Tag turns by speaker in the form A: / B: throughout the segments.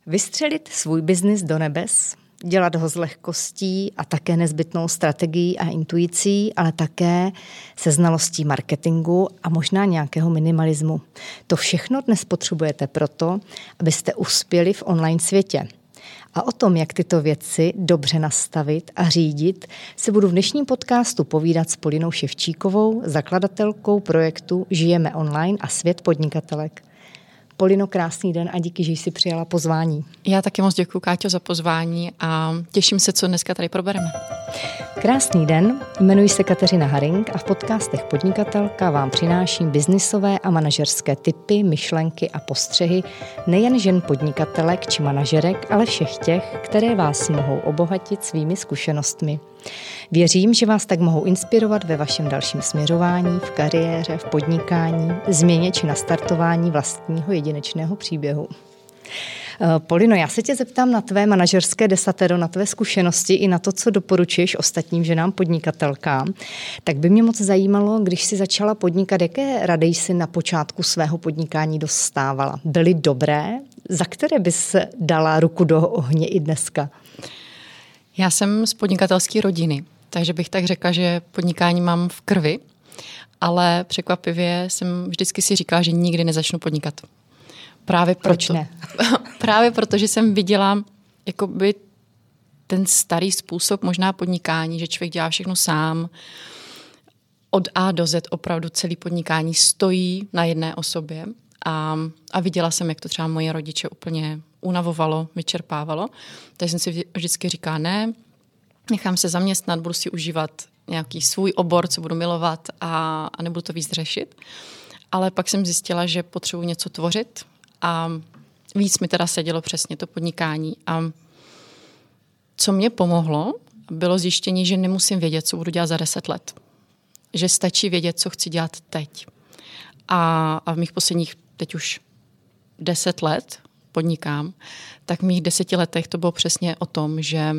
A: Vystřelit svůj biznis do nebes, dělat ho s lehkostí a také nezbytnou strategií a intuicí, ale také se znalostí marketingu a možná nějakého minimalismu. To všechno dnes potřebujete proto, abyste uspěli v online světě. A o tom, jak tyto věci dobře nastavit a řídit, se budu v dnešním podcastu povídat s Polinou Ševčíkovou, zakladatelkou projektu Žijeme online a svět podnikatelek. Polino, krásný den a díky, že jsi přijala pozvání.
B: Já taky moc děkuju, Káťo, za pozvání a těším se, co dneska tady probereme.
A: Krásný den, jmenuji se Kateřina Haring a v podcastech Podnikatelka vám přináším biznisové a manažerské tipy, myšlenky a postřehy nejen žen podnikatelek či manažerek, ale všech těch, které vás mohou obohatit svými zkušenostmi. Věřím, že vás tak mohou inspirovat ve vašem dalším směřování, v kariéře, v podnikání, změně či nastartování vlastního jedinečného příběhu. Polino, já se tě zeptám na tvé manažerské desatero, na tvé zkušenosti i na to, co doporučuješ ostatním ženám podnikatelkám. Tak by mě moc zajímalo, když jsi začala podnikat, jaké rady jsi na počátku svého podnikání dostávala? Byly dobré? Za které bys dala ruku do ohně i dneska?
B: Já jsem z podnikatelské rodiny, takže bych tak řekla, že podnikání mám v krvi, ale překvapivě jsem vždycky si říkala, že nikdy nezačnu podnikat.
A: Proč ne?
B: Právě proto, že jsem viděla jakoby ten starý způsob možná podnikání, že člověk dělá všechno sám. Od A do Z opravdu celý podnikání stojí na jedné osobě a viděla jsem, jak to třeba moje rodiče úplně unavovalo, vyčerpávalo. Takže jsem si vždycky říkala, ne, nechám se zaměstnat, budu si užívat nějaký svůj obor, co budu milovat a nebudu to víc řešit. Ale pak jsem zjistila, že potřebuji něco tvořit a víc mi teda sedělo přesně to podnikání. A co mě pomohlo, bylo zjištění, že nemusím vědět, co budu dělat za 10 let. Že stačí vědět, co chci dělat teď. A v mých posledních teď už 10 let podnikám, tak v mých 10 letech to bylo přesně o tom, že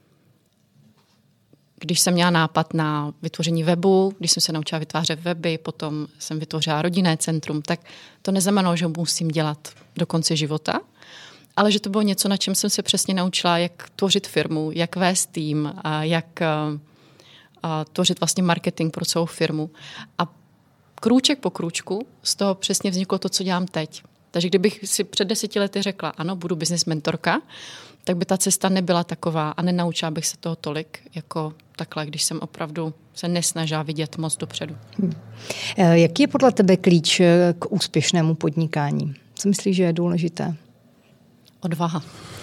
B: když jsem měla nápad na vytvoření webu, když jsem se naučila vytvářet weby, potom jsem vytvořila rodinné centrum, tak to neznamenalo, že ho musím dělat do konce života, ale že to bylo něco, na čem jsem se přesně naučila, jak tvořit firmu, jak vést tým, a jak tvořit vlastně marketing pro celou firmu. A krůček po krůčku z toho přesně vzniklo to, co dělám teď. Takže kdybych si před 10 lety řekla, ano, budu business mentorka, tak by ta cesta nebyla taková a nenaučila bych se toho tolik, jako takhle, když jsem opravdu se nesnažila vidět moc dopředu.
A: Jaký je podle tebe klíč k úspěšnému podnikání? Co myslíš, že je důležité?
B: Odvaha.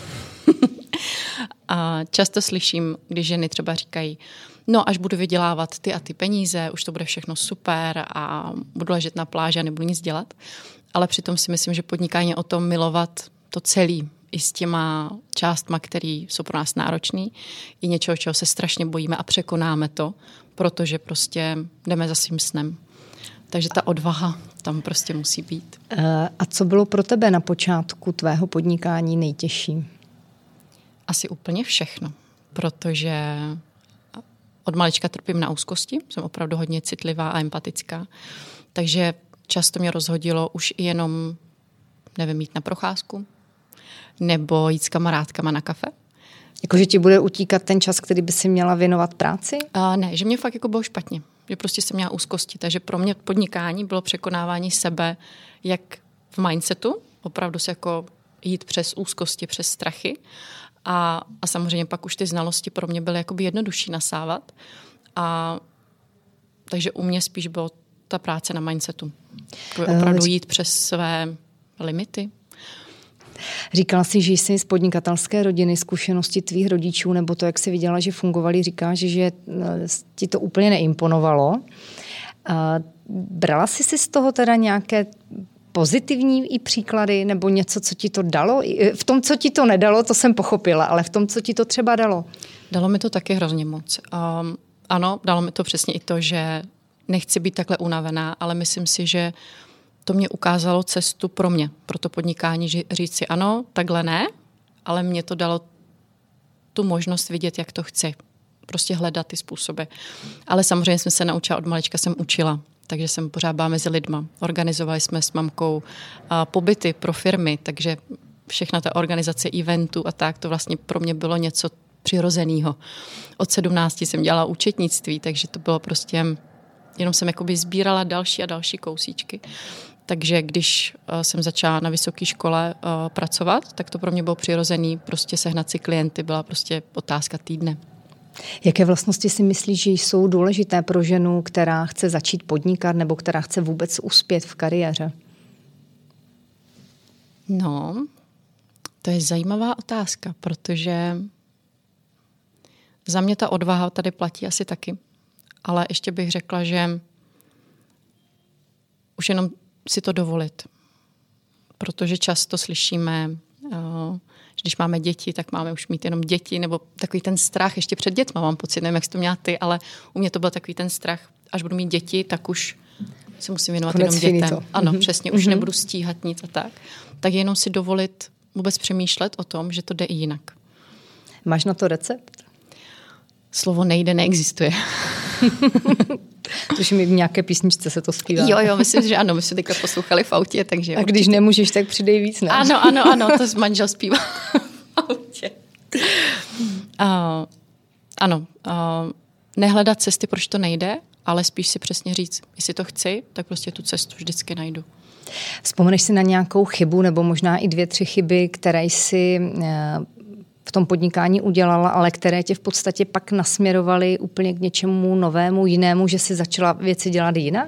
B: A často slyším, když ženy třeba říkají, no až budu vydělávat ty a ty peníze, už to bude všechno super a budu ležet na pláži a nebudu nic dělat. Ale přitom si myslím, že podnikání je o tom milovat to celý, i s těma částma, které jsou pro nás náročný, i něčeho, čeho se strašně bojíme a překonáme to, protože prostě jdeme za svým snem. Takže ta odvaha tam prostě musí být.
A: A co bylo pro tebe na počátku tvého podnikání nejtěžší?
B: Asi úplně všechno, protože od malička trpím na úzkosti, jsem opravdu hodně citlivá a empatická, takže často mě rozhodilo už i jenom, nevím, jít na procházku nebo jít s kamarádkama na kafe.
A: Jakože ti bude utíkat ten čas, který by si měla věnovat práci?
B: Ne, že mě fakt jako bylo špatně. Že prostě jsem měla úzkosti. Takže pro mě podnikání bylo překonávání sebe jak v mindsetu, opravdu se jako jít přes úzkosti, přes strachy. A samozřejmě pak už ty znalosti pro mě byly jakoby jednodušší nasávat. Takže u mě spíš bylo ta práce na mindsetu. Opravdu jít přes své limity.
A: Říkala jsi, že jsi z podnikatelské rodiny, zkušenosti tvých rodičů, nebo to, jak jsi viděla, že fungovali, říkáš, že ti to úplně neimponovalo. Brala jsi si z toho teda nějaké pozitivní i příklady, nebo něco, co ti to dalo? V tom, co ti to nedalo, to jsem pochopila, ale v tom, co ti to třeba dalo?
B: Dalo mi to taky hrozně moc. Ano, dalo mi to přesně i to, že nechci být takhle unavená, ale myslím si, že to mě ukázalo cestu pro mě, pro to podnikání, že říct si ano, takhle ne, ale mě to dalo tu možnost vidět, jak to chci. Prostě hledat ty způsoby. Ale samozřejmě jsem se naučila, od malička jsem učila, takže jsem pořád byla mezi lidma. Organizovali jsme s mamkou pobyty pro firmy, takže všechna ta organizace eventů a tak, to vlastně pro mě bylo něco přirozeného. Od 17 jsem dělala účetnictví, takže to bylo prostě, jenom jsem jakoby sbírala další a další kousíčky. Takže když jsem začala na vysoké škole pracovat, tak to pro mě bylo přirozený, prostě sehnat si klienty byla prostě otázka týdne.
A: Jaké vlastnosti si myslíš, že jsou důležité pro ženu, která chce začít podnikat nebo která chce vůbec uspět v kariéře?
B: No, to je zajímavá otázka, protože za mě ta odvaha tady platí asi taky. Ale ještě bych řekla, že už jenom si to dovolit. Protože často slyšíme, že když máme děti, tak máme už mít jenom děti, nebo takový ten strach ještě před dětma, mám pocit, nevím, jak jsi to měla ty, ale u mě to byl takový ten strach, až budu mít děti, tak už se musím věnovat
A: konec
B: jenom dětem.
A: finito.
B: Ano, přesně, už nebudu stíhat nic a tak. Tak jenom si dovolit vůbec přemýšlet o tom, že to jde i jinak.
A: Máš na to recept?
B: Slovo nejde, neexistuje.
A: Což mi v nějaké písničce se to zpívá.
B: Jo, myslím, že ano, my jsme teďka poslouchali v autě, takže...
A: A když nemůžeš, tak přidej víc, ne?
B: Ano, to manžel zpívá v autě. Nehledat cesty, proč to nejde, ale spíš si přesně říct, jestli to chci, tak prostě tu cestu vždycky najdu.
A: Vzpomeneš si na nějakou chybu, nebo možná i 2, 3 chyby, které jsi v tom podnikání udělala, ale které tě v podstatě pak nasměrovaly úplně k něčemu novému, jinému, že jsi začala věci dělat jinak?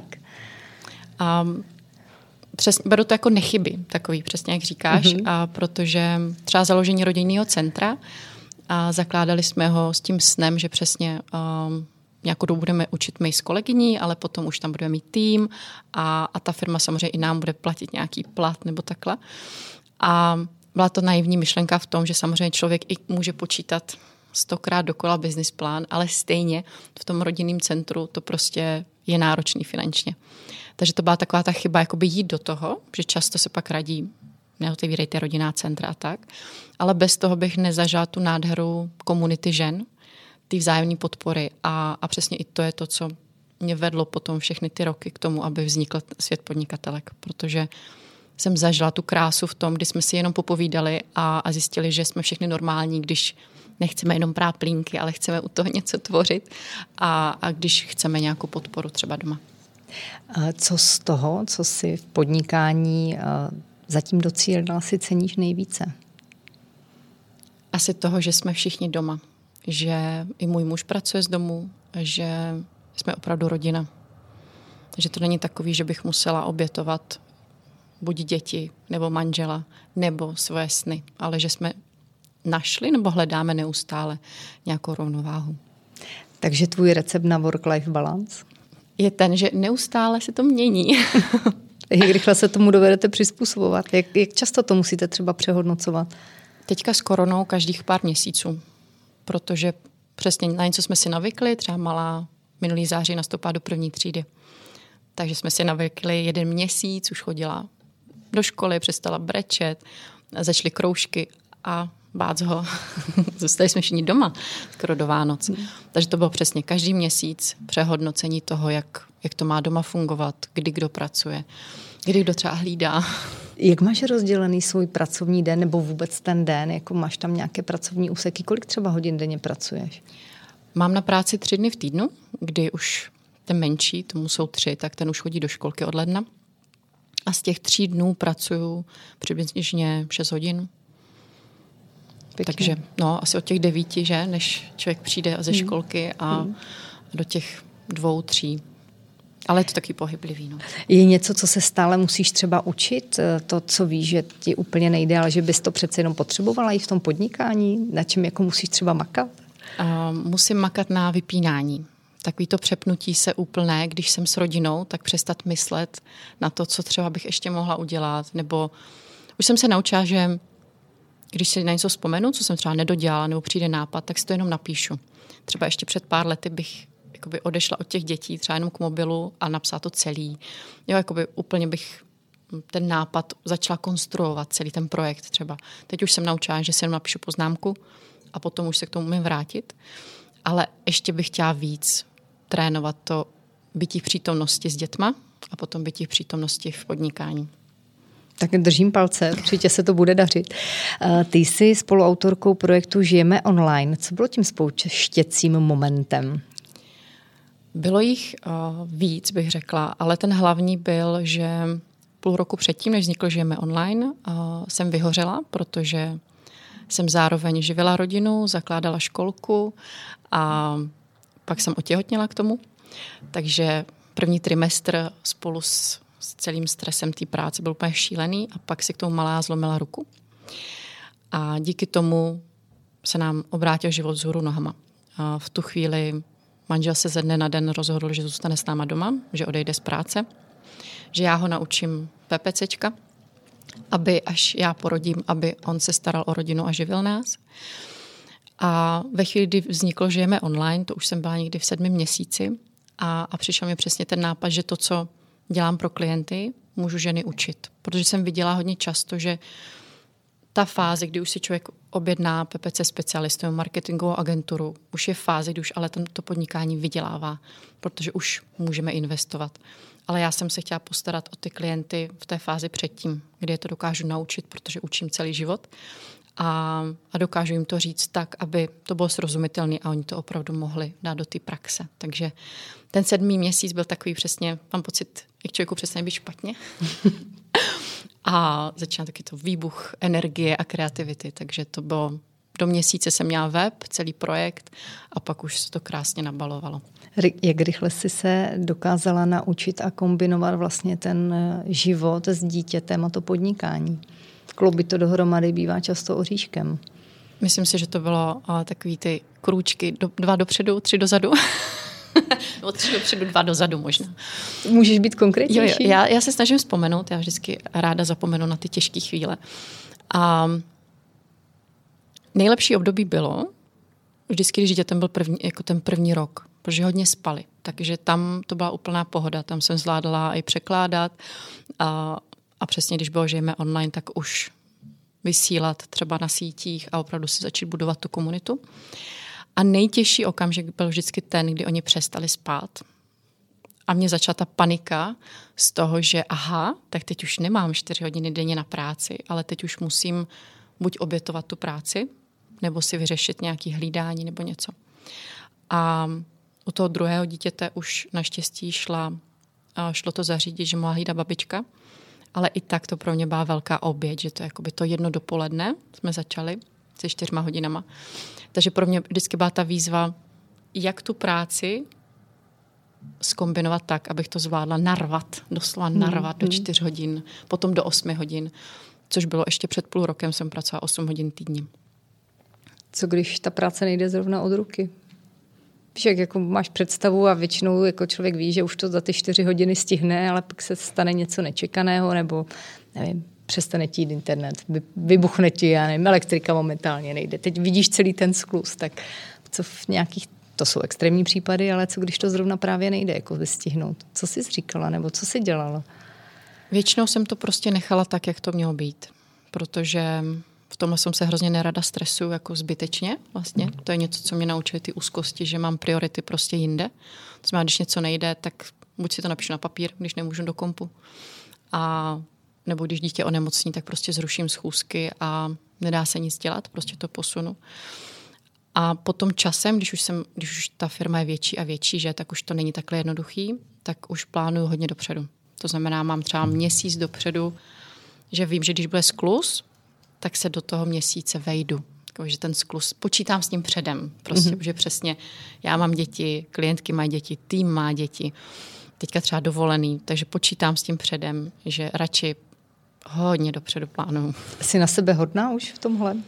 B: Beru to jako nechyby, takový přesně, jak říkáš, a protože třeba založení rodinného centra a zakládali jsme ho s tím snem, že přesně nějakou dobu budeme učit my s kolegyní, ale potom už tam budeme mít tým a ta firma samozřejmě i nám bude platit nějaký plat nebo takhle. A byla to naivní myšlenka v tom, že samozřejmě člověk i může počítat 100krát dokola business plán, ale stejně v tom rodinném centru to prostě je náročný finančně. Takže to byla taková ta chyba, jakoby jít do toho, že často se pak radí, neotevírejte rodinná centra a tak, ale bez toho bych nezažila tu nádheru komunity žen, ty vzájemné podpory a přesně i to je to, co mě vedlo potom všechny ty roky k tomu, aby vznikl svět podnikatelek, protože jsem zažila tu krásu v tom, kdy jsme si jenom popovídali a zjistili, že jsme všechny normální, když nechceme jenom prát plínky, ale chceme u toho něco tvořit a když chceme nějakou podporu třeba doma.
A: Co z toho, co si v podnikání zatím docílila, si ceníš nejvíce?
B: Asi toho, že jsme všichni doma. Že i můj muž pracuje z domu, že jsme opravdu rodina. Že to není takový, že bych musela obětovat buď děti, nebo manžela, nebo svoje sny, ale že jsme našli nebo hledáme neustále nějakou rovnováhu.
A: Takže tvůj recept na work-life balance?
B: Je ten, že neustále se to mění.
A: Jak rychle se tomu dovedete přizpůsobovat? Jak často to musíte třeba přehodnocovat?
B: Teďka s koronou každých pár měsíců, protože přesně na něco jsme si navykli, třeba malá minulý září nastoupila do 1. třídy. Takže jsme si navykli 1 měsíc, už chodila do školy, přestala brečet, začaly kroužky a bác ho. Zůstali jsme všichni doma skoro do Vánoc. Takže to bylo přesně každý měsíc přehodnocení toho, jak to má doma fungovat, kdy kdo pracuje, kdy kdo třeba hlídá.
A: Jak máš rozdělený svůj pracovní den nebo vůbec ten den? Jako máš tam nějaké pracovní úseky? Kolik třeba hodin denně pracuješ?
B: Mám na práci 3 dny v týdnu, kdy už ten menší, tomu jsou 3, tak ten už chodí do školky od ledna. A z těch 3 dnů pracuju přibližně 6 hodin. Pěkně. Takže asi od těch 9, že, než člověk přijde ze školky a do těch 2, 3. Ale je to taky pohyblivý. No.
A: Je něco, co se stále musíš třeba učit? To, co víš, že ti úplně nejde, ale že bys to přece jenom potřebovala i v tom podnikání? Na čem jako musíš třeba makat?
B: Musím makat na vypínání. Takový to přepnutí se úplné, když jsem s rodinou, tak přestat myslet na to, co třeba bych ještě mohla udělat. Nebo už jsem se naučila, že když si na něco vzpomenu, co jsem třeba nedodělala, nebo přijde nápad, tak si to jenom napíšu. Třeba ještě před pár lety bych jakoby odešla od těch dětí, třeba jenom k mobilu a napsala to celý. Jo, jakoby úplně bych ten nápad začala konstruovat, celý ten projekt třeba. Teď už jsem naučila, že si jenom napíšu poznámku a potom už se k tomu umím vrátit. Ale ještě bych chtěla víc trénovat to bytí v přítomnosti s dětma a potom bytí v přítomnosti v podnikání.
A: Tak držím palce, určitě se to bude dařit. Ty jsi spoluautorkou projektu Žijeme online. Co bylo tím spouštěcím momentem?
B: Bylo jich víc, bych řekla, ale ten hlavní byl, že půl roku předtím, než vzniklo Žijeme online, jsem vyhořela, protože jsem zároveň živila rodinu, zakládala školku a pak jsem otěhotněla k tomu. Takže první trimestr spolu s celým stresem té práce byl úplně šílený a pak si k tomu malá zlomila ruku. A díky tomu se nám obrátil život vzhůru nohama. A v tu chvíli manžel se ze dne na den rozhodl, že zůstane s náma doma, že odejde z práce, že já ho naučím PPCčka, aby až já porodím, aby on se staral o rodinu a živil nás. A ve chvíli, kdy vzniklo Žijeme online, to už jsem byla někdy v 7. měsíci a přišel mi přesně ten nápad, že to, co dělám pro klienty, můžu ženy učit. Protože jsem viděla hodně často, že ta fáze, kdy už si člověk objedná PPC specialistu, marketingovou agenturu, už je fáze, kdy už ale to podnikání vydělává, protože už můžeme investovat. Ale já jsem se chtěla postarat o ty klienty v té fázi předtím, kdy je to dokážu naučit, protože učím celý život a dokážu jim to říct tak, aby to bylo srozumitelné a oni to opravdu mohli dát do té praxe. Takže ten 7. měsíc byl takový přesně, mám pocit, jak člověku přesně být špatně. A začíná taky to výbuch energie a kreativity, takže to bylo, do měsíce jsem měla web, celý projekt a pak už se to krásně nabalovalo.
A: Jak rychle jsi se dokázala naučit a kombinovat vlastně ten život s dítětem a to podnikání? Kloubit to dohromady bývá často oříškem.
B: Myslím si, že to bylo takový ty krůčky, 2 dopředu, 3 dozadu. Nebo 3 dopředu, 2 dozadu možná.
A: Můžeš být konkrétnější?
B: Jo. Já se snažím vzpomenout, já vždycky ráda zapomenu na ty těžké chvíle. A nejlepší období bylo vždycky, když dětem byl ten první rok, protože hodně spali. Takže tam to byla úplná pohoda, tam jsem zvládala i překládat a přesně, když bylo Žijeme online, tak už vysílat třeba na sítích a opravdu si začít budovat tu komunitu. A nejtěžší okamžik byl vždycky ten, kdy oni přestali spát. A mě začala ta panika z toho, že tak teď už nemám 4 hodiny denně na práci, ale teď už musím buď obětovat tu práci, nebo si vyřešit nějaké hlídání nebo něco. A u toho druhého dítěte už naštěstí šlo to zařídit, že mohla hlídat babička, ale i tak to pro mě byla velká oběť, že to jakoby to 1 dopoledne jsme začali se 4 hodinama. Takže pro mě vždycky byla ta výzva, jak tu práci zkombinovat tak, abych to zvládla doslova narvat do 4 hodin, potom do 8 hodin, což bylo ještě před půl rokem, jsem pracovala 8 hodin týdně.
A: Co když ta práce nejde zrovna od ruky? Víš, jak jako máš představu a většinou jako člověk ví, že už to za ty 4 hodiny stihne, ale pak se stane něco nečekaného, nebo nevím, přestane ti jít internet, vybuchne ti, já nevím, elektrika momentálně nejde. Teď vidíš celý ten skluz, tak co v nějakých, to jsou extrémní případy, ale co když to zrovna právě nejde jako vystihnout? Co jsi říkala, nebo co jsi dělala?
B: Většinou jsem to prostě nechala tak, jak to mělo být, protože v tomhle jsem se hrozně nerada stresuju jako zbytečně vlastně. To je něco, co mě naučily ty úzkosti, že mám priority prostě jinde. To znamená, když něco nejde, tak buď si to napíšu na papír, když nemůžu do kompu. A nebo když dítě onemocní, tak prostě zruším schůzky a nedá se nic dělat, prostě to posunu. A potom časem, když už ta firma je větší a větší, že, tak už to není takhle jednoduchý, tak už plánuju hodně dopředu. To znamená, mám třeba měsíc dopředu, že vím, že když bude skluz, tak se do toho měsíce vejdu. Že ten skluz, počítám s ním předem. Prostě, že přesně já mám děti, klientky mají děti, tým má děti, teďka třeba dovolený, takže počítám s tím předem, že radši hodně dopředu plánuju.
A: Jsi na sebe hodná už v tomhle?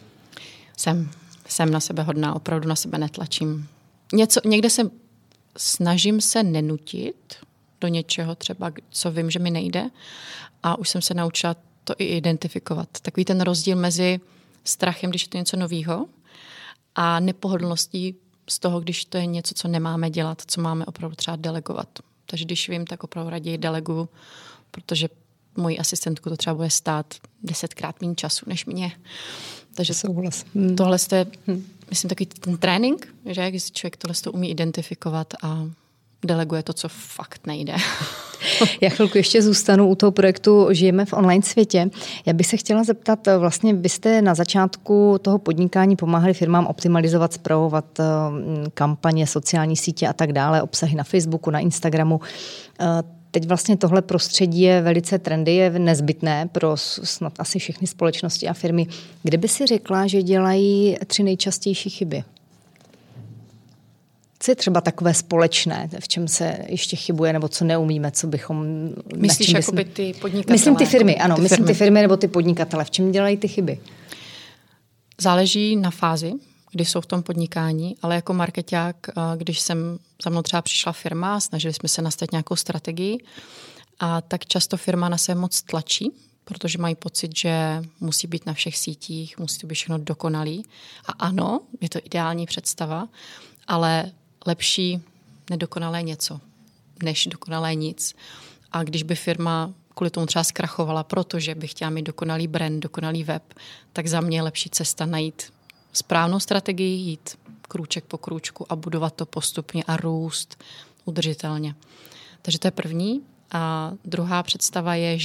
B: Jsem na sebe hodná, opravdu na sebe netlačím. Někde se snažím se nenutit do něčeho třeba, co vím, že mi nejde a už jsem se naučila to i identifikovat. Takový ten rozdíl mezi strachem, když je to něco novýho a nepohodlností z toho, když to je něco, co nemáme dělat, co máme opravdu třeba delegovat. Takže když vím, tak opravdu raději deleguju, protože mojí asistentku to třeba bude stát 10krát méně času, než mě. Takže tohle je, myslím, takový ten trénink, že když člověk tohle umí identifikovat a deleguje to, co fakt nejde.
A: Já chvilku ještě zůstanu u toho projektu Žijeme v online světě. Já bych se chtěla zeptat, vlastně vy jste na začátku toho podnikání pomáhali firmám optimalizovat, spravovat kampaně, sociální sítě a tak dále, obsahy na Facebooku, na Instagramu. Teď vlastně tohle prostředí je velice trendy, je nezbytné pro snad asi všechny společnosti a firmy. Kde by si řekla, že dělají 3 nejčastější chyby? Co je třeba takové společné, v čem se ještě chybuje, nebo co neumíme, co bychom...
B: Myslíš jakoby ty podnikatele?
A: Myslím ty firmy, ano. Myslím ty firmy nebo ty podnikatele. V čem dělají ty chyby?
B: Záleží na fázi, kdy jsou v tom podnikání, ale jako markeťák, když za mnou třeba přišla firma, snažili jsme se nastavit nějakou strategii, a tak často firma na sebe moc tlačí, protože mají pocit, že musí být na všech sítích, musí to být všechno dokonalý. A ano, je to ideální představa, ale lepší nedokonalé něco, než dokonalé nic. A když by firma kvůli tomu třeba zkrachovala, protože by chtěla mít dokonalý brand, dokonalý web, tak za mě je lepší cesta najít správnou strategii, jít krůček po krůčku a budovat to postupně a růst udržitelně. Takže to je první. A druhá představa je,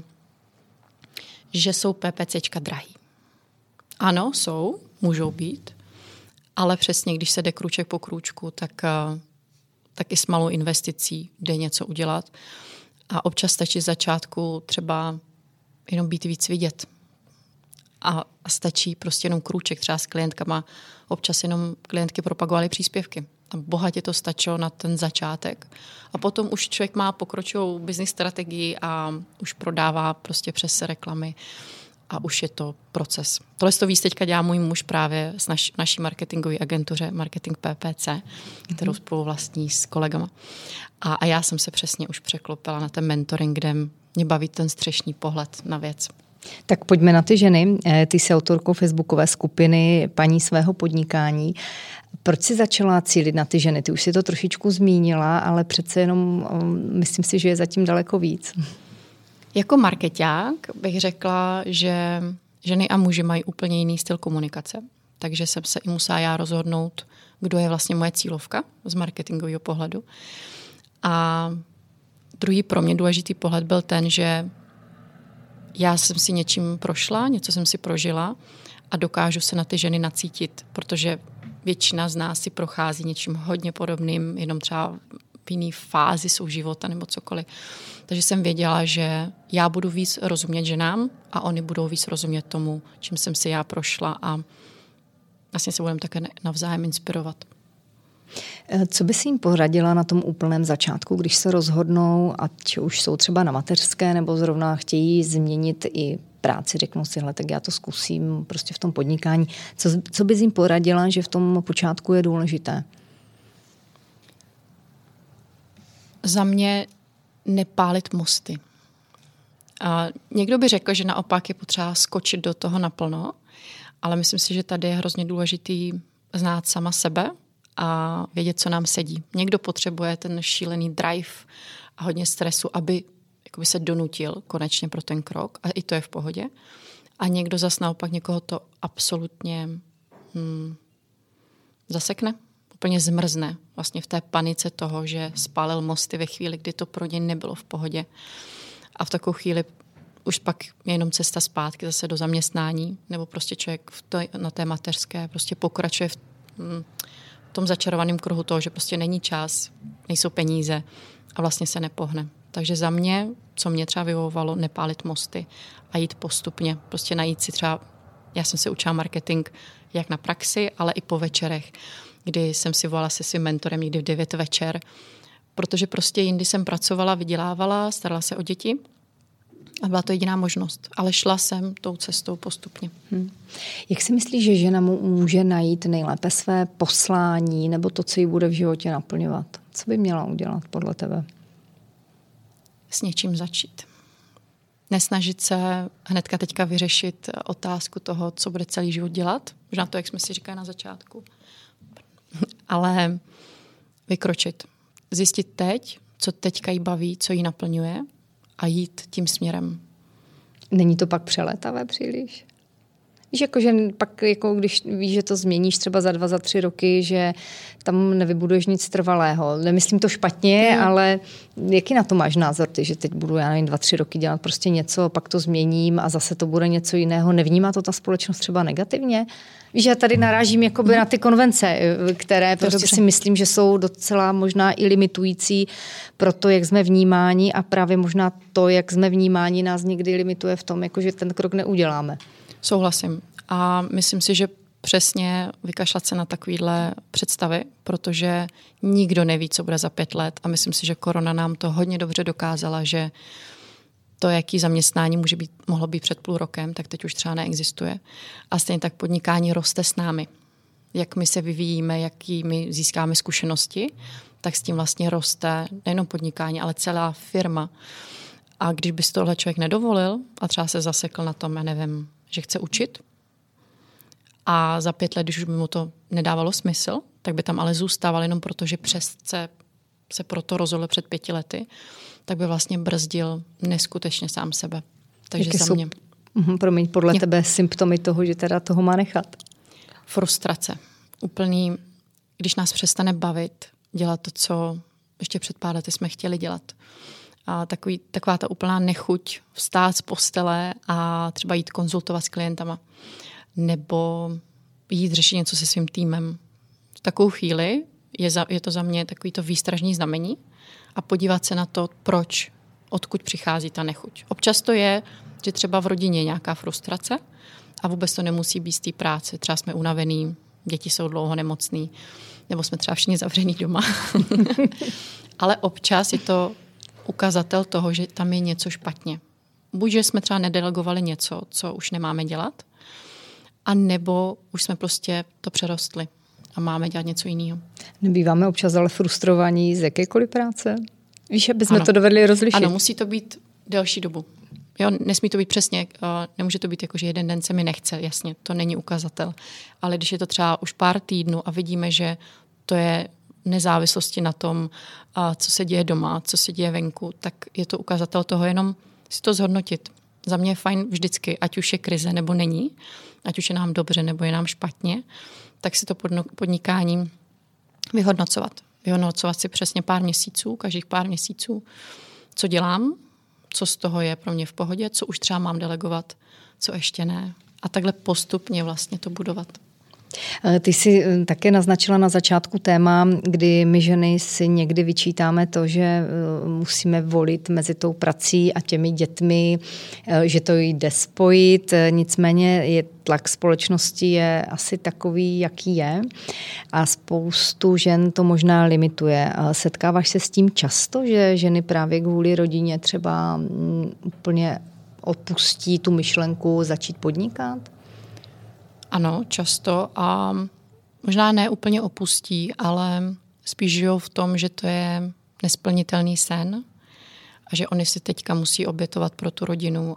B: že jsou PPCčka drahý. Ano, můžou být, ale přesně, když se jde krůček po krůčku, tak i s malou investicí jde něco udělat. A občas stačí z začátku třeba jenom být víc vidět. A stačí prostě jenom krůček třeba s klientkama. Občas jenom klientky propagovaly příspěvky. A bohatě to stačilo na ten začátek. A potom už člověk má pokročilou business strategii a už prodává prostě přes reklamy. A už je to proces. Tohle to víc teďka dělá můj muž právě s naší marketingové agentuře Marketing PPC, kterou spolu vlastní s kolegama. A já jsem se přesně už překlopila na ten mentoring, kde mě baví ten střešní pohled na věc.
A: Tak pojďme na ty ženy. Ty jsi autorkou facebookové skupiny Paní svého podnikání. Proč jsi začala cílit na ty ženy? Ty už si to trošičku zmínila, ale přece jenom myslím si, že je zatím daleko víc.
B: Jako markeťák bych řekla, že ženy a muži mají úplně jiný styl komunikace. Takže jsem se i musela já rozhodnout, kdo je vlastně moje cílovka z marketingového pohledu. A druhý pro mě důležitý pohled byl ten, že já jsem si něčím prošla, něco jsem si prožila a dokážu se na ty ženy nacítit, protože většina z nás si prochází něčím hodně podobným, jenom třeba v jiný fázi svého života nebo cokoliv. Takže jsem věděla, že já budu víc rozumět ženám a oni budou víc rozumět tomu, čím jsem si já prošla a vlastně se budeme také navzájem inspirovat.
A: Co by si jim poradila na tom úplném začátku, když se rozhodnou, ať už jsou třeba na mateřské nebo zrovna chtějí změnit i práci, řeknou si, hele, tak já to zkusím prostě v tom podnikání. Co bys jim poradila, že v tom počátku je důležité?
B: Za mě nepálit mosty. A někdo by řekl, že naopak je potřeba skočit do toho naplno, ale myslím si, že tady je hrozně důležitý znát sama sebe a vědět, co nám sedí. Někdo potřebuje ten šílený drive a hodně stresu, aby jakoby se donutil konečně pro ten krok a i to je v pohodě. A někdo zas naopak někoho to absolutně zasekne, úplně zmrzne vlastně v té panice toho, že spálil mosty ve chvíli, kdy to pro něj nebylo v pohodě. A v takovou chvíli už pak je jenom cesta zpátky zase do zaměstnání, nebo prostě člověk na té mateřské prostě pokračuje v tom začarovaném kruhu toho, že prostě není čas, nejsou peníze a vlastně se nepohne. Takže za mě, co mě třeba vyhovovalo, nepálit mosty a jít postupně. Prostě najít si třeba, já jsem se učila marketing jak na praxi, ale i po večerech, kdy jsem si volala se svým mentorem někdy v 9 večer, protože prostě jindy jsem pracovala, vydělávala, starala se o děti a byla to jediná možnost. Ale šla jsem tou cestou postupně.
A: Jak si myslíš, že žena může najít nejlépe své poslání nebo to, co jí bude v životě naplňovat? Co by měla udělat podle tebe?
B: S něčím začít. Nesnažit se hnedka teďka vyřešit otázku toho, co bude celý život dělat. Možná to, jak jsme si říkali na začátku. Ale vykročit. Zjistit teď, co teďka jí baví, co jí naplňuje a jít tím směrem.
A: Není to pak přelétavé příliš? Víš, jako, že pak, jako, když víš, že to změníš třeba za 2, za 3 roky, že tam nevybuduješ nic trvalého. Nemyslím to špatně, ale jaký na to máš názor ty, že teď budu, já nevím, 2, 3 roky dělat prostě něco, pak to změním a zase to bude něco jiného. Nevnímá to ta společnost třeba negativně? Víš, já tady narážím jakoby na ty konvence, které prostě si myslím, že jsou docela možná i limitující pro to, jak jsme vnímáni a právě možná to, jak jsme vnímáni, nás někdy limituje v tom, jako, že ten krok neuděláme.
B: Souhlasím. A myslím si, že přesně vykašlat se na takovýhle představy, protože nikdo neví, co bude za 5 let a myslím si, že korona nám to hodně dobře dokázala, že to, jaký zaměstnání mohlo být před půl rokem, tak teď už třeba neexistuje. A stejně tak podnikání roste s námi. Jak my se vyvíjíme, jaký my získáme zkušenosti, tak s tím vlastně roste nejenom podnikání, ale celá firma. A když by si tohle člověk nedovolil a třeba se zasekl na tom, já nevím, že chce učit a za 5 let, když už by mu to nedávalo smysl, tak by tam ale zůstával jenom proto, že přesce se proto rozhodl před 5 lety, tak by vlastně brzdil neskutečně sám sebe. Takže
A: jaké
B: za mě...
A: Promiň, podle tebe symptomy toho, že teda toho má nechat?
B: Frustrace. Úplný, když nás přestane bavit dělat to, co ještě před pár lety jsme chtěli dělat. A taková ta úplná nechuť vstát z postele a třeba jít konzultovat s klientama. Nebo jít řešit něco se svým týmem. V takovou chvíli je to za mě takový to výstražný znamení a podívat se na to, odkud přichází ta nechuť. Občas to je, že třeba v rodině je nějaká frustrace a vůbec to nemusí být z té práce. Třeba jsme unavený, děti jsou dlouho nemocný, nebo jsme třeba všichni zavřený doma. Ale občas je to ukazatel toho, že tam je něco špatně. Buď, že jsme třeba nedelegovali něco, co už nemáme dělat, a nebo už jsme prostě to přerostli a máme dělat něco jiného.
A: Nebýváme občas ale frustrovaní z jakékoliv práce? Víš, aby jsme to dovedli rozlišit.
B: Ano, musí to být delší dobu. Jo, nesmí to být přesně, nemůže to být jako, že jeden den se mi nechce, jasně, to není ukazatel. Ale když je to třeba už pár týdnů a vidíme, že to je nezávislosti na tom, co se děje doma, co se děje venku, tak je to ukazatel toho jenom si to zhodnotit. Za mě je fajn vždycky, ať už je krize nebo není, ať už je nám dobře nebo je nám špatně, tak si to podnikání vyhodnocovat. Vyhodnocovat si přesně každých pár měsíců, co dělám, co z toho je pro mě v pohodě, co už třeba mám delegovat, co ještě ne. A takhle postupně vlastně to budovat.
A: Ty jsi také naznačila na začátku téma, kdy my ženy si někdy vyčítáme to, že musíme volit mezi tou prací a těmi dětmi, že to jde spojit. Nicméně tlak společnosti je asi takový, jaký je a spoustu žen to možná limituje. Setkáváš se s tím často, že ženy právě kvůli rodině třeba úplně opustí tu myšlenku začít podnikat?
B: Ano, často a možná ne úplně opustí, ale spíš žijou v tom, že to je nesplnitelný sen a že oni si teďka musí obětovat pro tu rodinu.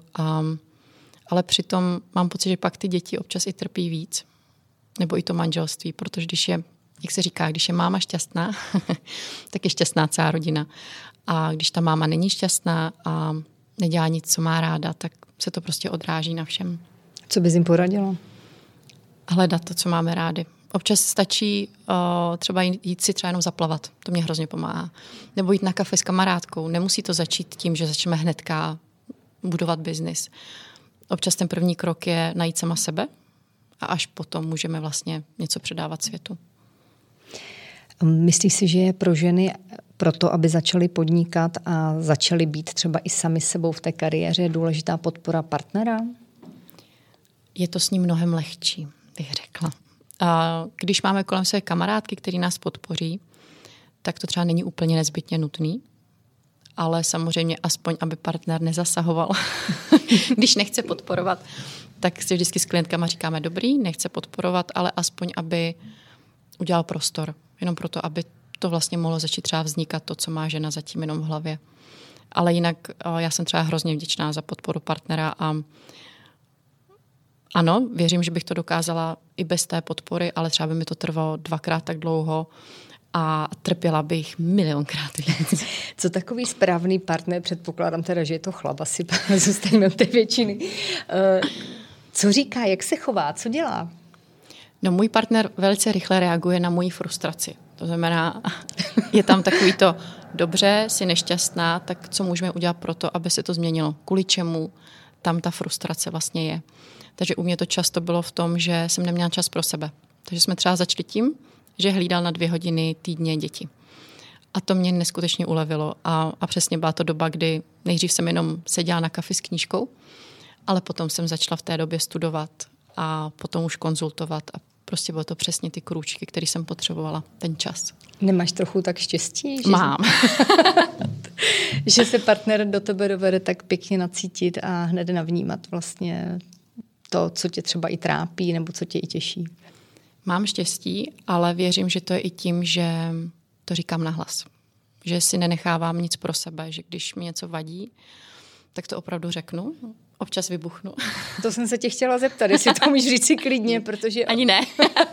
B: Ale přitom mám pocit, že pak ty děti občas i trpí víc. Nebo i to manželství, protože když je, jak se říká, když je máma šťastná, tak je šťastná celá rodina. A když ta máma není šťastná a nedělá nic, co má ráda, tak se to prostě odráží na všem.
A: Co bys jim poradila?
B: Hledat to, co máme rádi. Občas stačí třeba jít si třeba jenom zaplavat. To mě hrozně pomáhá. Nebo jít na kafe s kamarádkou. Nemusí to začít tím, že začneme hnedka budovat biznis. Občas ten první krok je najít sama sebe a až potom můžeme vlastně něco předávat světu.
A: Myslíš si, že je pro ženy proto, aby začaly podnikat a začaly být třeba i sami sebou v té kariéře, důležitá podpora partnera?
B: Je to s ním mnohem lehčí, bych řekla. Když máme kolem své kamarádky, který nás podpoří, tak to třeba není úplně nezbytně nutný, ale samozřejmě aspoň, aby partner nezasahoval. Když nechce podporovat, tak si vždycky s klientkama říkáme dobrý, nechce podporovat, ale aspoň, aby udělal prostor. Jenom proto, aby to vlastně mohlo začít třeba vznikat to, co má žena zatím jenom v hlavě. Ale jinak já jsem třeba hrozně vděčná za podporu partnera a ano, věřím, že bych to dokázala i bez té podpory, ale třeba by mi to trvalo 2krát tak dlouho a trpěla bych milionkrát víc.
A: Co takový správný partner, předpokládám teda, že je to chlap, asi zůstaňme u té většiny. Co říká, jak se chová, co dělá?
B: No, můj partner velice rychle reaguje na moji frustraci. To znamená, je tam takový to, dobře, jsi nešťastná, tak co můžeme udělat pro to, aby se to změnilo? Kvůli čemu tam ta frustrace vlastně je? Takže u mě to často bylo v tom, že jsem neměla čas pro sebe. Takže jsme třeba začali tím, že hlídal na 2 hodiny týdně děti. A to mě neskutečně ulevilo. A přesně byla to doba, kdy nejdřív jsem jenom seděla na kafi s knížkou, ale potom jsem začala v té době studovat a potom už konzultovat a prostě bylo to přesně ty krůčky, které jsem potřebovala, ten čas.
A: Nemáš trochu tak štěstí? Že
B: Mám.
A: Že se partner do tebe dovede tak pěkně nacítit a hned navnímat vlastně to, co tě třeba i trápí nebo co tě i těší.
B: Mám štěstí, ale věřím, že to je i tím, že to říkám nahlas. Že si nenechávám nic pro sebe, že když mi něco vadí, tak to opravdu řeknu. Občas vybuchnu.
A: To jsem se tě chtěla zeptat, jestli to můžeš říct si klidně, protože...
B: Ani ne.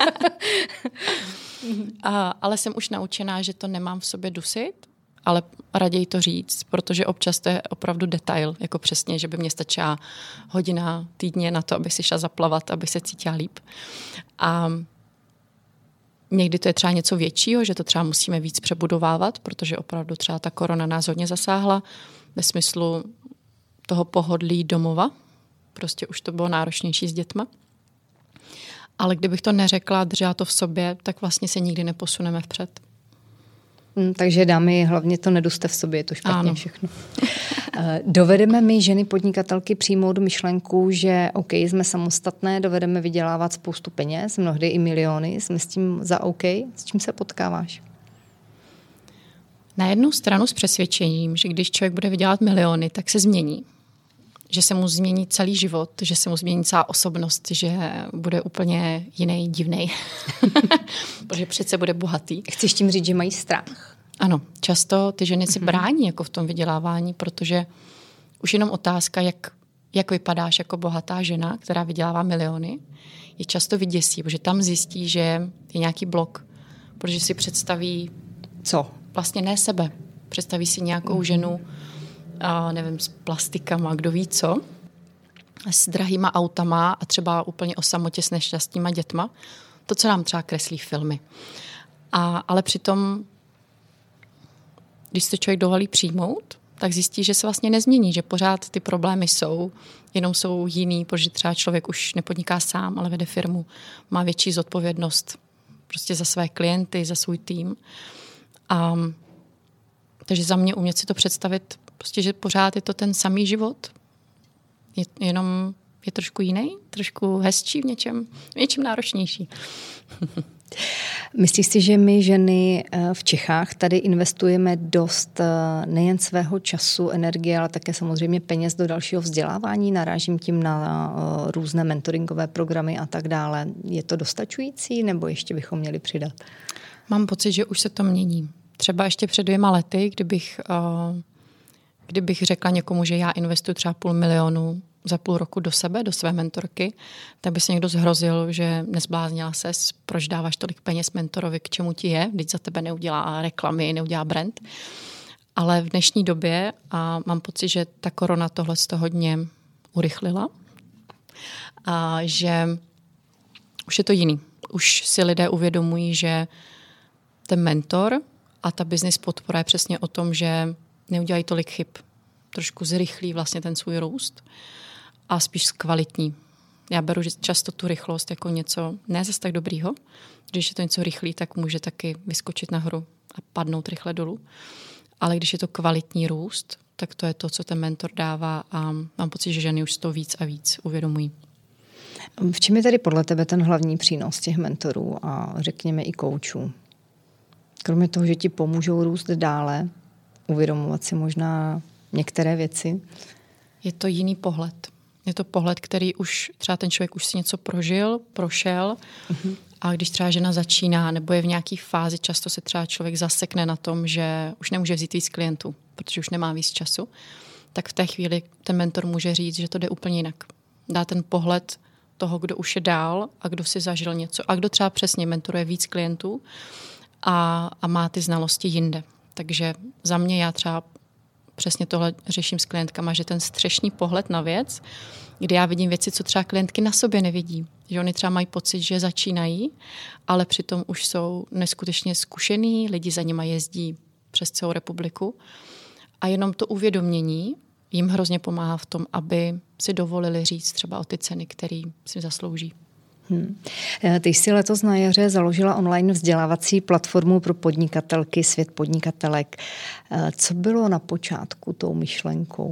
B: Ale jsem už naučená, že to nemám v sobě dusit, ale raději to říct, protože občas to je opravdu detail, jako přesně, že by mě stačila hodina týdně na to, abych si šla zaplavat, abych se cítila líp. A někdy to je třeba něco většího, že to třeba musíme víc přebudovávat, protože opravdu třeba ta korona nás hodně zasáhla ve smyslu toho pohodlí domova. Prostě už to bylo náročnější s dětma. Ale kdybych to neřekla, držela to v sobě, tak vlastně se nikdy neposuneme vpřed.
A: Takže dámy, hlavně to neduste v sobě, je to špatně
B: ano.
A: Všechno. Dovedeme my, ženy podnikatelky, přijmout myšlenku, že OK, jsme samostatné, dovedeme vydělávat spoustu peněz, mnohdy i miliony, jsme s tím za OK? S čím se potkáváš?
B: Na jednu stranu s přesvědčením, že když člověk bude vydělat miliony, tak se změní. Že se mu změní celý život, že se mu změní celá osobnost, že bude úplně jiný, divnej. Protože přece bude bohatý.
A: Chceš tím říct, že mají strach?
B: Ano, často ty ženy si brání jako v tom vydělávání, protože už jenom otázka, jak vypadáš jako bohatá žena, která vydělává miliony, je často vyděsí, protože tam zjistí, že je nějaký blok, protože si představí...
A: Co?
B: Vlastně ne sebe. Představí si nějakou ženu, nevím, s plastikama, kdo ví co, s drahýma autama a třeba úplně o samotě s nešťastnýma dětma. To, co nám třeba kreslí filmy. Ale přitom, když se člověk dovolí přijmout, tak zjistí, že se vlastně nezmění, že pořád ty problémy jsou, jenom jsou jiný, protože třeba člověk už nepodniká sám, ale vede firmu, má větší zodpovědnost prostě za své klienty, za svůj tým. Takže za mě umět si to představit, prostě, že pořád je to ten samý život, jenom je trošku jiný, trošku hezčí v něčem náročnější.
A: Myslíš si, že my ženy v Čechách tady investujeme dost nejen svého času, energie, ale také samozřejmě peněz do dalšího vzdělávání? Narážím tím na různé mentoringové programy a tak dále. Je to dostačující, nebo ještě bychom měli přidat?
B: Mám pocit, že už se to mění. Třeba ještě před 2 lety, kdybych řekla někomu, že já investuju třeba 500 000 za půl roku do sebe, do své mentorky, tak by se někdo zhrozil, že nezbláznila ses, proč dáváš tolik peněz mentorovi, k čemu ti je, vždyť za tebe neudělá reklamy, neudělá brand. Ale v dnešní době, a mám pocit, že ta korona tohle hodně urychlila, a že už je to jiný. Už si lidé uvědomují, že ten mentor a ta business podpora je přesně o tom, že neudělají tolik chyb. Trošku zrychlí vlastně ten svůj růst a spíš zkvalitní. Já beru často tu rychlost jako něco ne zase tak dobrýho. Když je to něco rychlý, tak může taky vyskočit nahoru a padnout rychle dolů. Ale když je to kvalitní růst, tak to je to, co ten mentor dává a mám pocit, že ženy už to víc a víc uvědomují.
A: V čem je tedy podle tebe ten hlavní přínos těch mentorů a řekněme i koučů? Kromě toho, že ti pomůžou růst dále, uvědomovat si možná některé věci.
B: Je to jiný pohled. Je to pohled, který už třeba ten člověk už si něco prožil, prošel a když třeba žena začíná nebo je v nějaké fázi, často se třeba člověk zasekne na tom, že už nemůže vzít víc klientů, protože už nemá víc času, tak v té chvíli ten mentor může říct, že to jde úplně jinak. Dá ten pohled toho, kdo už je dál a kdo si zažil něco a kdo třeba přesně mentoruje víc klientů a má ty znalosti jinde. Takže za mě já třeba přesně tohle řeším s klientkama, že ten střešní pohled na věc, kdy já vidím věci, co třeba klientky na sobě nevidí. Že oni třeba mají pocit, že začínají, ale přitom už jsou neskutečně zkušený, lidi za nima jezdí přes celou republiku a jenom to uvědomění jim hrozně pomáhá v tom, aby si dovolili říct třeba o ty ceny, které si zaslouží.
A: Ty jsi letos na jaře založila online vzdělávací platformu pro podnikatelky Svět podnikatelek. Co bylo na počátku tou myšlenkou?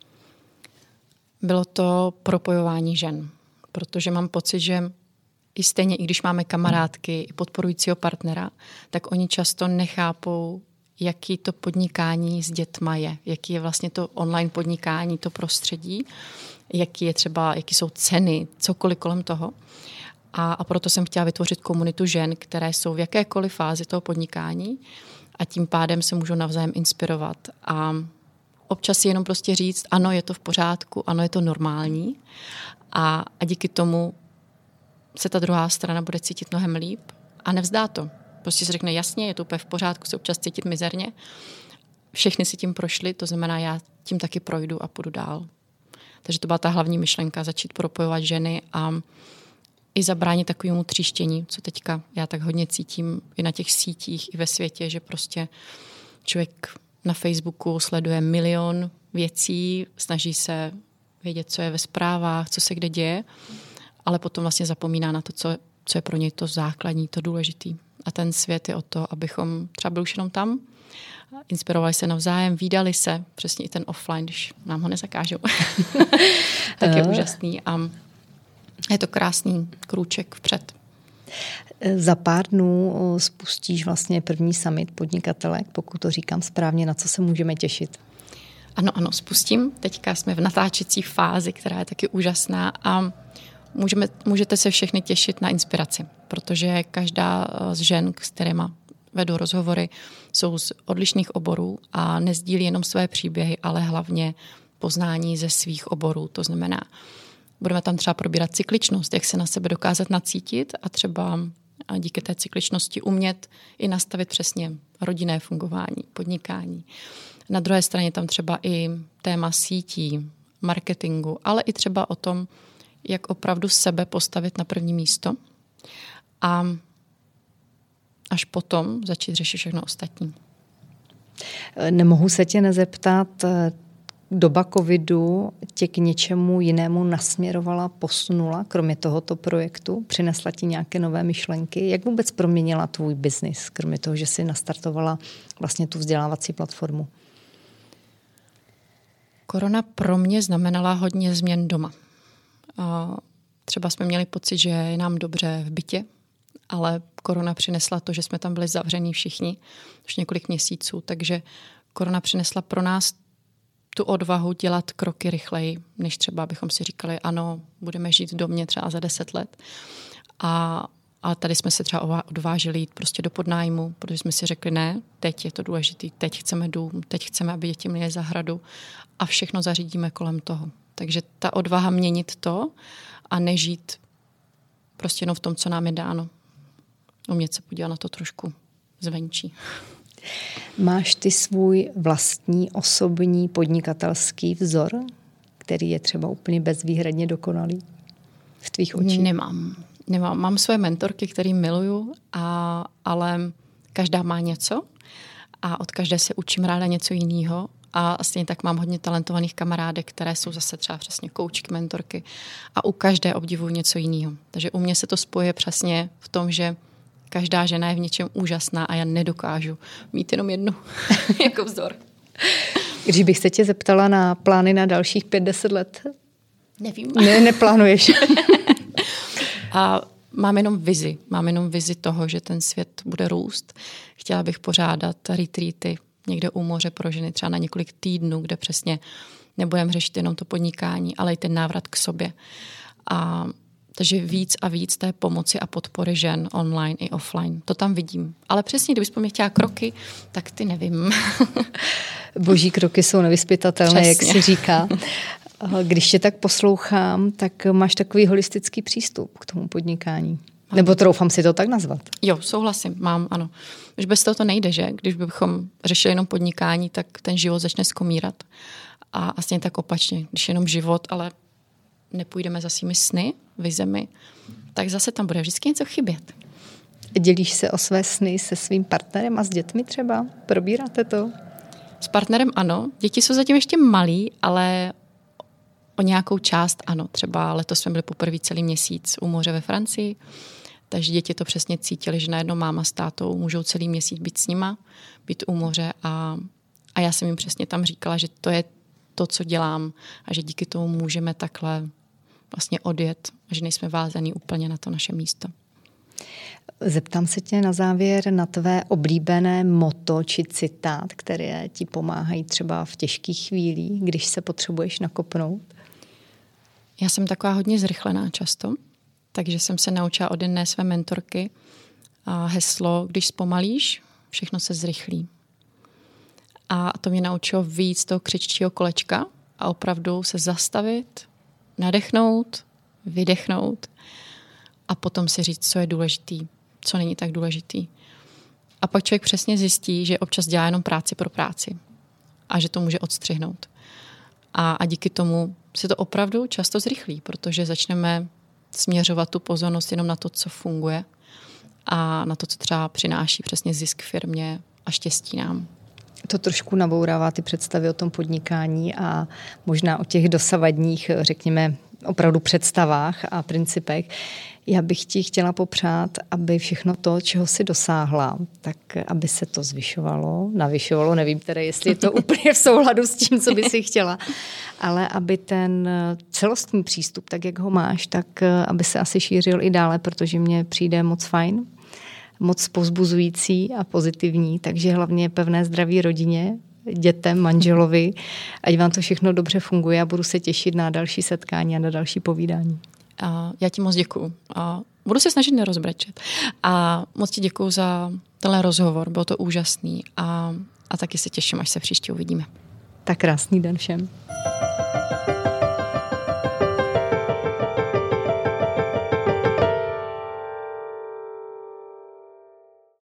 B: Bylo to propojování žen, protože mám pocit, že i stejně, i když máme kamarádky, i podporujícího partnera, tak oni často nechápou, jaký to podnikání s dětma je, jaký je vlastně to online podnikání, to prostředí, jaký jsou ceny, cokoliv kolem toho. A proto jsem chtěla vytvořit komunitu žen, které jsou v jakékoliv fázi toho podnikání a tím pádem se můžou navzájem inspirovat. A občas si jenom prostě říct, ano, je to v pořádku, ano, je to normální a díky tomu se ta druhá strana bude cítit mnohem líp a nevzdá to. Prostě se řekne, jasně, je to úplně v pořádku, se občas cítit mizerně. Všechny si tím prošli, to znamená, já tím taky projdu a půjdu dál. Takže to byla ta hlavní myšlenka, začít propojovat ženy a i zabránit takovému tříštění, co teďka já tak hodně cítím i na těch sítích, i ve světě, že prostě člověk na Facebooku sleduje milion věcí, snaží se vědět, co je ve zprávách, co se kde děje, ale potom vlastně zapomíná na to, co je pro něj to základní, to důležitý. A ten svět je o to, abychom třeba byli už jenom tam, inspirovali se navzájem, vídali se, přesně i ten offline, když nám ho nezakážou. Tak je úžasný a je to krásný krůček vpřed.
A: Za pár dnů spustíš vlastně první summit podnikatelek, pokud to říkám správně, na co se můžeme těšit?
B: Ano, spustím. Teďka jsme v natáčecí fázi, která je taky úžasná a můžete se všechny těšit na inspiraci, protože každá z žen, s kterýma vedu rozhovory, jsou z odlišných oborů a nezdílí jenom své příběhy, ale hlavně poznání ze svých oborů. To znamená, budeme tam třeba probírat cykličnost, jak se na sebe dokázat nacítit a třeba díky té cykličnosti umět i nastavit přesně rodinné fungování, podnikání. Na druhé straně tam třeba i téma sítí, marketingu, ale i třeba o tom, jak opravdu sebe postavit na první místo a až potom začít řešit všechno ostatní.
A: Nemohu se tě nezeptat, doba covidu tě k něčemu jinému nasměrovala, posunula, kromě tohoto projektu? Přinesla ti nějaké nové myšlenky? Jak vůbec proměnila tvůj biznis, kromě toho, že jsi nastartovala vlastně tu vzdělávací platformu?
B: Korona pro mě znamenala hodně změn doma. Třeba jsme měli pocit, že je nám dobře v bytě, ale korona přinesla to, že jsme tam byli zavření všichni už několik měsíců, takže korona přinesla pro nás tu odvahu dělat kroky rychleji, než třeba bychom si říkali, ano, budeme žít v domě třeba za 10 let. A tady jsme se třeba odvážili jít prostě do podnájmu, protože jsme si řekli, ne, teď je to důležitý, teď chceme dům, teď chceme, aby děti měly zahradu a všechno zařídíme kolem toho. Takže ta odvaha měnit to a nežít prostě jenom v tom, co nám je dáno. Umět se podívat na to trošku zvenčí.
A: Máš ty svůj vlastní osobní podnikatelský vzor, který je třeba úplně bezvýhradně dokonalý v tvých očích?
B: Nemám. Mám své mentorky, které miluju, ale každá má něco a od každé se učím ráda něco jiného. A stejně tak mám hodně talentovaných kamarádek, které jsou zase třeba přesně koučky, mentorky a u každé obdivuju něco jiného. Takže u mě se to spojuje přesně v tom, že každá žena je v něčem úžasná a já nedokážu mít jenom jednu jako vzor.
A: Když bych se tě zeptala na plány na dalších 5-10 let?
B: Nevím.
A: Neplánuješ.
B: A mám jenom vizi toho, že ten svět bude růst. Chtěla bych pořádat retreaty někde u moře pro ženy, třeba na několik týdnů, kde přesně nebudeme řešit jenom to podnikání, ale i ten návrat k sobě. Takže víc a víc té pomoci a podpory žen online i offline. To tam vidím. Ale přesně, kdybych mě chtěla kroky, tak ty nevím.
A: Boží kroky jsou nevyzpytatelné, přesně. Jak se říká. Když tě tak poslouchám, tak máš takový holistický přístup k tomu podnikání. Nebo troufám si to tak nazvat.
B: Jo, souhlasím, mám, ano. Už bez toho to nejde, že? Když bychom řešili jenom podnikání, tak ten život začne skomírat. A stejně tak opačně, když jenom život, ale nepůjdeme za svými sny, vizemi, tak zase tam bude vždycky něco chybět.
A: Dělíš se o své sny se svým partnerem a s dětmi třeba? Probíráte to?
B: S partnerem ano. Děti jsou zatím ještě malí, ale o nějakou část ano. Třeba letos jsme byli poprvé celý měsíc u moře ve Francii, takže děti to přesně cítili, že najednou máma s tátou můžou celý měsíc být s nima, být u moře a já jsem jim přesně tam říkala, že to je to, co dělám a že díky tomu můžeme takhle vlastně odjet a že nejsme vázaný úplně na to naše místo.
A: Zeptám se tě na závěr na tvé oblíbené motto či citát, které ti pomáhají třeba v těžkých chvílích, když se potřebuješ nakopnout.
B: Já jsem taková hodně zrychlená často, takže jsem se naučila od jedné své mentorky a heslo, když zpomalíš, všechno se zrychlí. A to mě naučilo vyjít z toho křeččího kolečka a opravdu se zastavit, nadechnout, vydechnout a potom si říct, co je důležitý, co není tak důležitý. A pak člověk přesně zjistí, že občas dělá jenom práci pro práci a že to může odstřihnout. A díky tomu se to opravdu často zrychlí, protože začneme směřovat tu pozornost jenom na to, co funguje a na to, co třeba přináší přesně zisk firmě a štěstí nám.
A: To trošku nabourává ty představy o tom podnikání a možná o těch dosavadních, řekněme, opravdu představách a principech. Já bych ti chtěla popřát, aby všechno to, čeho jsi dosáhla, tak aby se to zvyšovalo, navyšovalo, nevím teda, jestli je to úplně v souladu s tím, co by si chtěla, ale aby ten celostní přístup, tak jak ho máš, tak aby se asi šířil i dále, protože mně přijde moc fajn, moc povzbuzující a pozitivní, takže hlavně pevné zdraví rodině, dětem, manželovi, ať vám to všechno dobře funguje a budu se těšit na další setkání a na další povídání.
B: Já ti moc děkuju. Budu se snažit nerozbrečet. A moc ti děkuju za tenhle rozhovor, bylo to úžasný a taky se těším, až se příště uvidíme.
A: Tak krásný den všem.